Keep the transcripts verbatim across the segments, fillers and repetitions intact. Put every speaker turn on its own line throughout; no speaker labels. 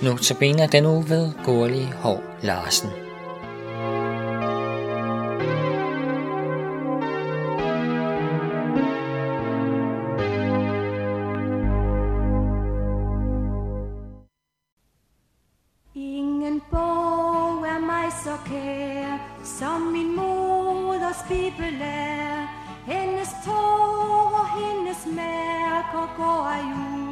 Notabene den uge ved Gurli Hov Larsen.
Ingen bog er mig så kær, som min moders bibel er. Hendes tårer, hendes mærker går af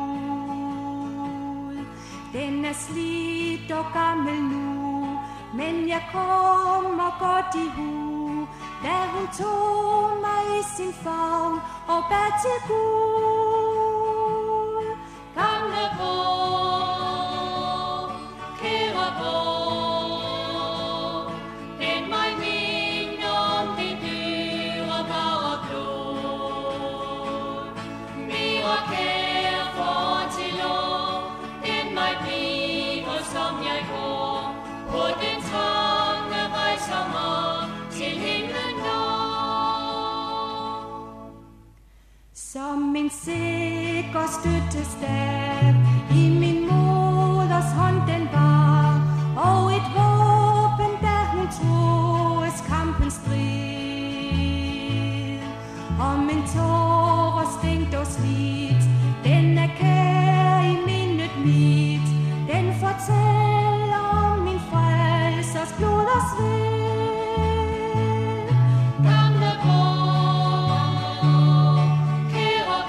ud. Den er slidt og gammel nu, men jeg kommer godt i hu, da hun tog mig i sin favn og bad til Gud. Gamle bog, kære bog, den mig minder om det dyrebare blod. Mere kær for til år, den mig bliver som jeg går, på den trange rejser mig til himlen når. Som en sikker støttestav i min moders hånd den var, og et våben, da hun troes kampens strid. Om en tårer stængt og slidt, den er kær i mindet mit, den fortæller om min frelsers blod og sved. Gamle bog, kære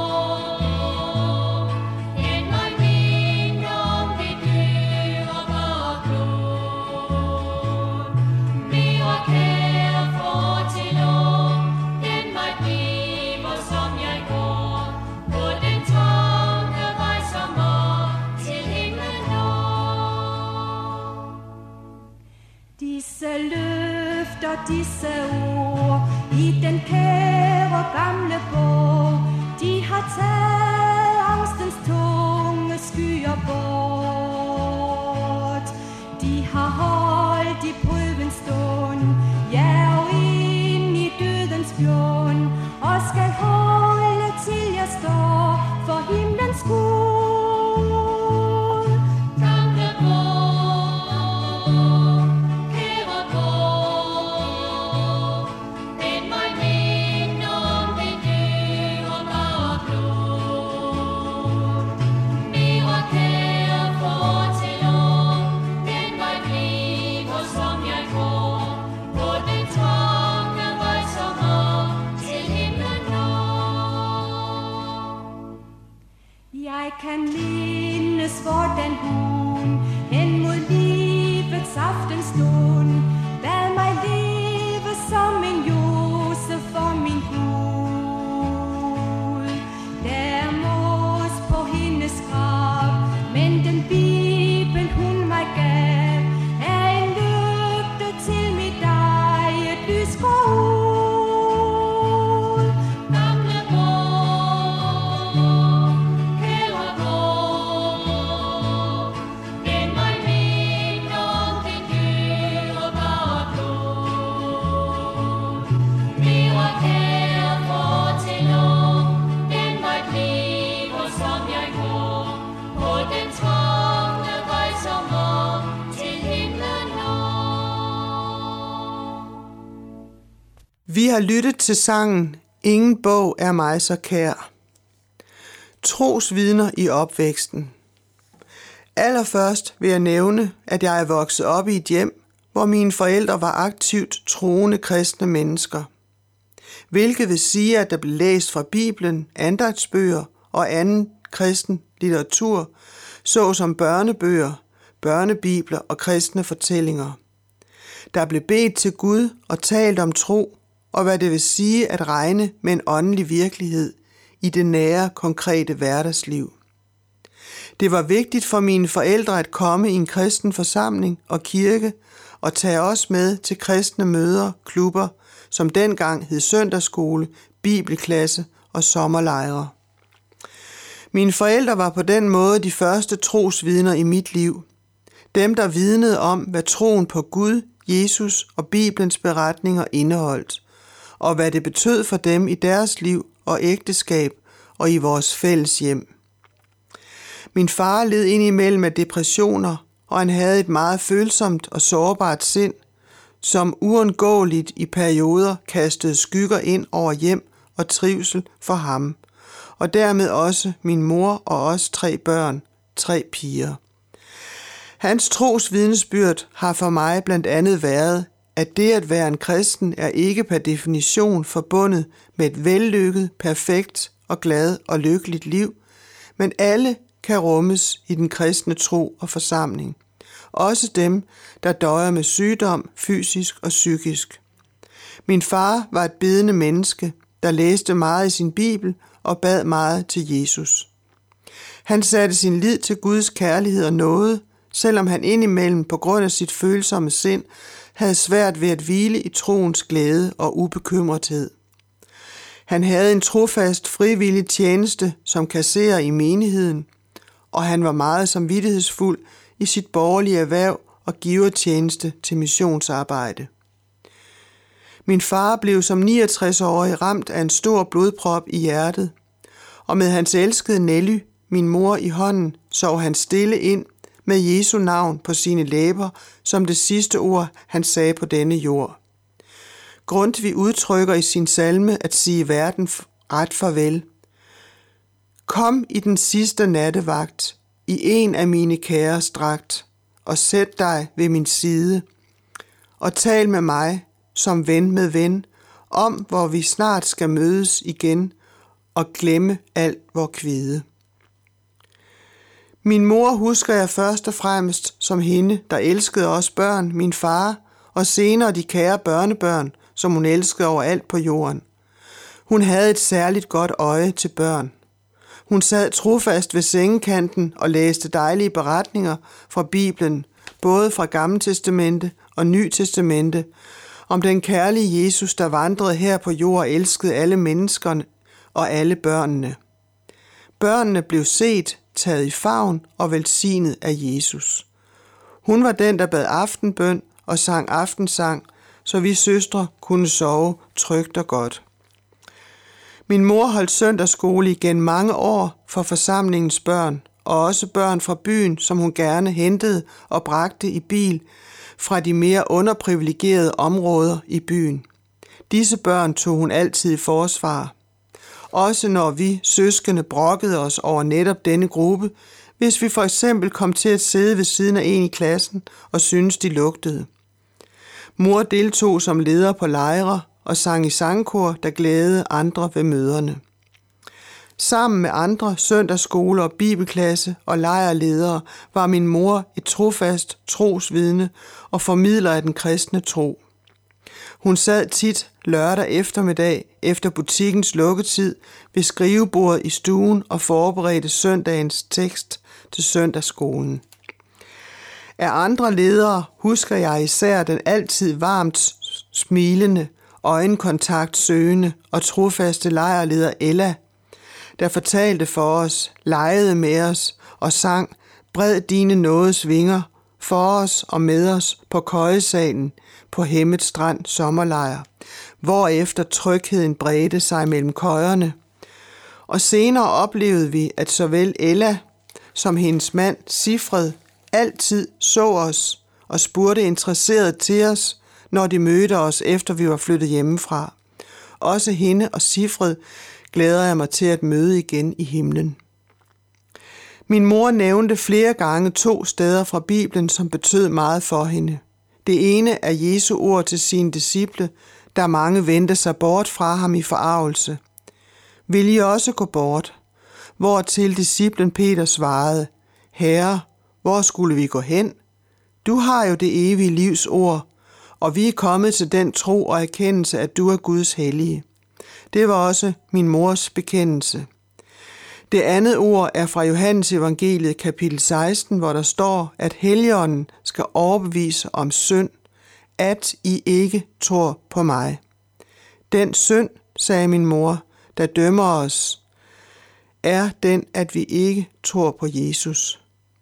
bog, den mig minder om det dyrebare blod. Mere kær for til år, den mig bliver som jeg går, på den trange rejser mig til himlen når. Disse løfter, disse ord i den kære gamle bog, de har taget angstens tunge skyer bort. De har holdt i prøvens stund, ja og ind i dødens bjørn, og skal holde til jeg står for himlens Gud. Gamle bog, kære bog, den mig minder om det dyrebare blod. Mere kær for til år, den mig bliver som jeg går, på den trange rejser mig til himlen når. Jeg kan mindes, hvordan hun hen mod livets aftenstund bad mig leve som en Josef for min Gud. Der er mos på hendes grav, men den bibel hun mig gav er en lygte til mit eget lys går ud. Gamle bog, kære bog, den mig minder om det dyrebare blod. Mere kær for til år, den mig bliver som jeg går, på den trange rejser mig til himlen når.
Vi har lyttet til sangen Ingen bog er mig så kær. Trosvidner i opvæksten. Allerførst vil jeg nævne, at jeg er vokset op i et hjem, hvor mine forældre var aktivt troende kristne mennesker. Hvilket vil sige, at der blev læst fra Bibelen, andagtsbøger og anden kristen litteratur, såsom børnebøger, børnebibler og kristne fortællinger. Der blev bedt til Gud og talt om tro, og hvad det vil sige at regne med en åndelig virkelighed i det nære, konkrete hverdagsliv. Det var vigtigt for mine forældre at komme i en kristen forsamling og kirke og tage os med til kristne møder, klubber, som dengang hed søndagsskole, bibelklasse og sommerlejre. Mine forældre var på den måde de første trosvidner i mit liv. Dem, der vidnede om, hvad troen på Gud, Jesus og Bibelens beretninger indeholdt, og hvad det betød for dem i deres liv og ægteskab og i vores fælles hjem. Min far led indimellem af depressioner, og han havde et meget følsomt og sårbart sind, som uundgåeligt i perioder kastede skygger ind over hjem og trivsel for ham, og dermed også min mor og os tre børn, tre piger. Hans tros vidnesbyrd har for mig blandt andet været, at det at være en kristen er ikke per definition forbundet med et vellykket, perfekt og glad og lykkeligt liv, men alle kan rummes i den kristne tro og forsamling. Også dem, der døjer med sygdom, fysisk og psykisk. Min far var et bedende menneske, der læste meget i sin bibel og bad meget til Jesus. Han satte sin lid til Guds kærlighed og nåde, selvom han indimellem på grund af sit følsomme sind havde svært ved at hvile i troens glæde og ubekymrethed. Han havde en trofast frivillig tjeneste som kasserer i menigheden, og han var meget samvittighedsfuld i sit borgerlige erhverv og givertjeneste til missionsarbejde. Min far blev som niogtres-årig ramt af en stor blodprop i hjertet, og med hans elskede Nelly, min mor, i hånden, sov han stille ind med Jesu navn på sine læber, som det sidste ord, han sagde på denne jord. Grundtvig udtrykker i sin salme at sige verden ret farvel. Kom i den sidste nattevagt, i en af mine kæres dragt, og sæt dig ved min side, og tal med mig, som ven med ven, om hvor vi snart skal mødes igen, og glemme alt vor kvide. Min mor husker jeg først og fremmest som hende, der elskede os børn, min far, og senere de kære børnebørn, som hun elskede overalt på jorden. Hun havde et særligt godt øje til børn. Hun sad trofast ved sengekanten og læste dejlige beretninger fra Bibelen, både fra Gamle Testamente og Ny Testamente, om den kærlige Jesus, der vandrede her på jord og elskede alle menneskerne og alle børnene. Børnene blev set, taget i favn og velsignet af Jesus. Hun var den, der bad aftenbøn og sang aftensang, så vi søstre kunne sove trygt og godt. Min mor holdt søndagsskole igen mange år for forsamlingens børn, og også børn fra byen, som hun gerne hentede og bragte i bil fra de mere underprivilegerede områder i byen. Disse børn tog hun altid i forsvar. Også når vi søskende brokkede os over netop denne gruppe, hvis vi for eksempel kom til at sidde ved siden af en i klassen og syntes, de lugtede. Mor deltog som leder på lejre og sang i sangkor, der glædede andre ved møderne. Sammen med andre søndagsskoler og bibelklasse og lejrledere var min mor et trofast trosvidne og formidler af den kristne tro. Hun sad tit lørdag eftermiddag efter butikkens lukketid ved skrivebordet i stuen og forberedte søndagens tekst til søndagsskolen. Af andre ledere husker jeg især den altid varmt smilende, øjenkontakt søgende og trofaste lejrleder Ella, der fortalte for os, legede med os og sang Bred dine nådes vinger for os og med os på køjesalen på Hemmet Strand sommerlejr, hvorefter trygheden bredte sig mellem køjerne. Og senere oplevede vi, at såvel Ella som hendes mand Sifred altid så os og spurgte interesseret til os, når de mødte os, efter vi var flyttet hjemmefra. Også hende og Sifred glæder jeg mig til at møde igen i himlen. Min mor nævnte flere gange to steder fra Bibelen, som betød meget for hende. Det ene er Jesu ord til sine disciple, der mange vendte sig bort fra ham i forargelse. Vil I også gå bort? Hvortil disciplen Peter svarede, Herre, hvor skulle vi gå hen? Du har jo det evige livs ord, og vi er kommet til den tro og erkendelse, at du er Guds hellige. Det var også min mors bekendelse. Det andet ord er fra Johannes evangeliet kapitel seksten, hvor der står, at Helligånden skal overbevise om synd, at I ikke tror på mig. Den synd, sagde min mor, der dømmer os, er den, at vi ikke tror på Jesus.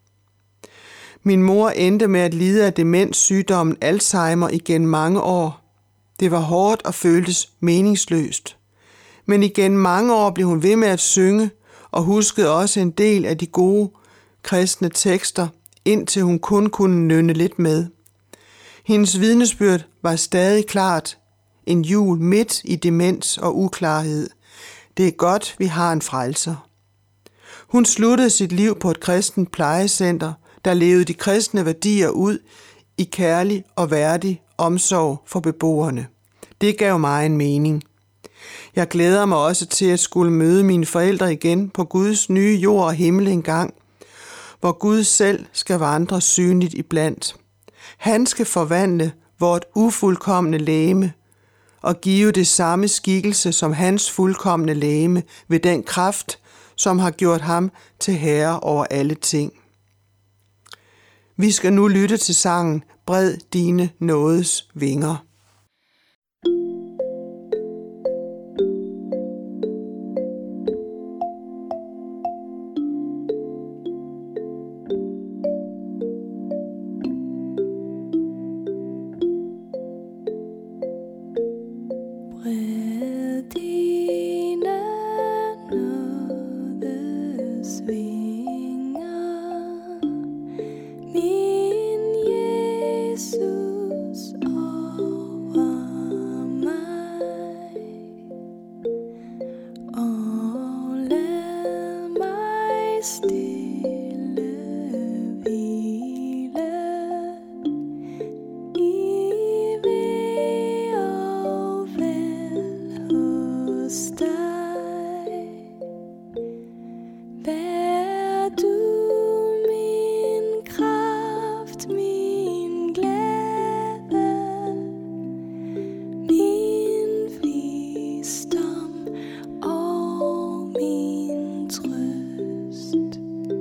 Min mor endte med at lide af demenssygdommen Alzheimer igen mange år. Det var hårdt og føltes meningsløst. Men igen mange år blev hun ved med at synge og huskede også en del af de gode kristne tekster, indtil hun kun kunne nynne lidt med. Hendes vidnesbyrd var stadig klart. En jul midt i demens og uklarhed. Det er godt, vi har en frelser. Hun sluttede sit liv på et kristent plejecenter, der levede de kristne værdier ud i kærlig og værdig omsorg for beboerne. Det gav mig en mening. Jeg glæder mig også til at skulle møde mine forældre igen på Guds nye jord og himmel engang, hvor Gud selv skal vandre synligt iblandt. Han skal forvandle vort ufuldkomne legeme og give det samme skikkelse som hans fuldkomne legeme ved den kraft, som har gjort ham til herre over alle ting. Vi skal nu lytte til sangen Bred dine nådes vinger.
Bred dine nådes vinger, min Jesus, over mig, og lad mig stille hvile i ved og vel hos dig. Vær du min kraft, min glæde, min visdom og min trøst.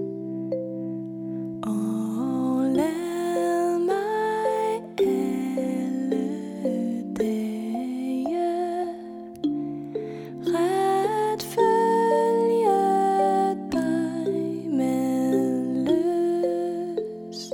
Og lad mig alle dage ret følge dig med lyst.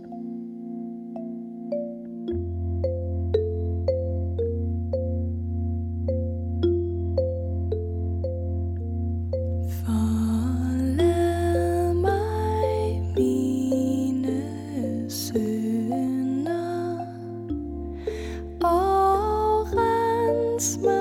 Forlad mig mine synder og rens mig